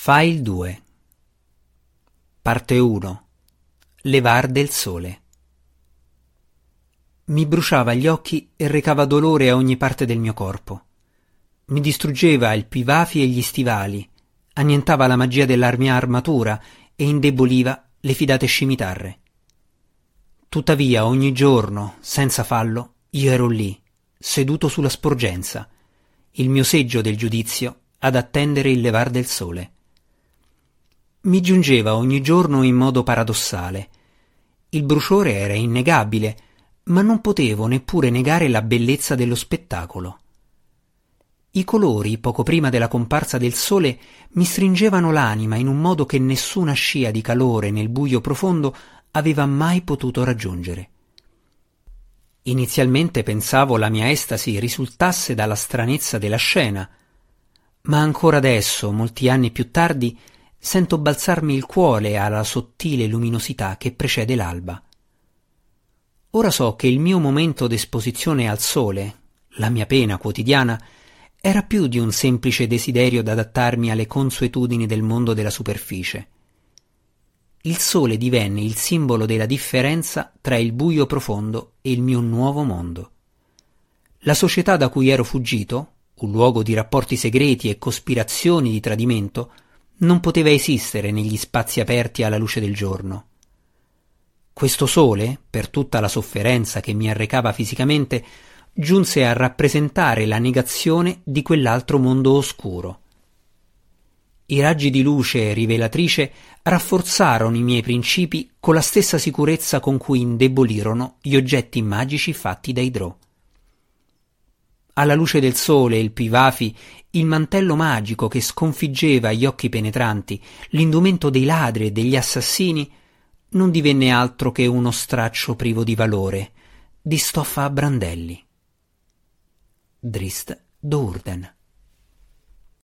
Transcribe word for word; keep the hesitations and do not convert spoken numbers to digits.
File due. Parte uno. Levar del sole. Mi bruciava gli occhi e recava dolore a ogni parte del mio corpo. Mi distruggeva il pivafi e gli stivali, annientava la magia della mia armatura e indeboliva le fidate scimitarre. Tuttavia ogni giorno, senza fallo, io ero lì, seduto sulla sporgenza, il mio seggio del giudizio, ad attendere il levar del sole. Mi giungeva ogni giorno in modo paradossale. Il bruciore era innegabile, ma non potevo neppure negare la bellezza dello spettacolo. I colori, poco prima della comparsa del sole, mi stringevano l'anima in un modo che nessuna scia di calore nel buio profondo aveva mai potuto raggiungere. Inizialmente pensavo la mia estasi risultasse dalla stranezza della scena, ma ancora adesso, molti anni più tardi, sento balzarmi il cuore alla sottile luminosità che precede l'alba. Ora so che il mio momento d'esposizione al sole, la mia pena quotidiana, era più di un semplice desiderio d'adattarmi alle consuetudini del mondo della superficie. Il sole divenne il simbolo della differenza tra il buio profondo e il mio nuovo mondo. La società da cui ero fuggito, un luogo di rapporti segreti e cospirazioni di tradimento, non poteva esistere negli spazi aperti alla luce del giorno. Questo sole, per tutta la sofferenza che mi arrecava fisicamente, giunse a rappresentare la negazione di quell'altro mondo oscuro. I raggi di luce rivelatrice rafforzarono i miei principi con la stessa sicurezza con cui indebolirono gli oggetti magici fatti dai drò. Alla luce del sole e il pivafi, il mantello magico che sconfiggeva gli occhi penetranti, l'indumento dei ladri e degli assassini, non divenne altro che uno straccio privo di valore, di stoffa a brandelli. Drist Do'Urden.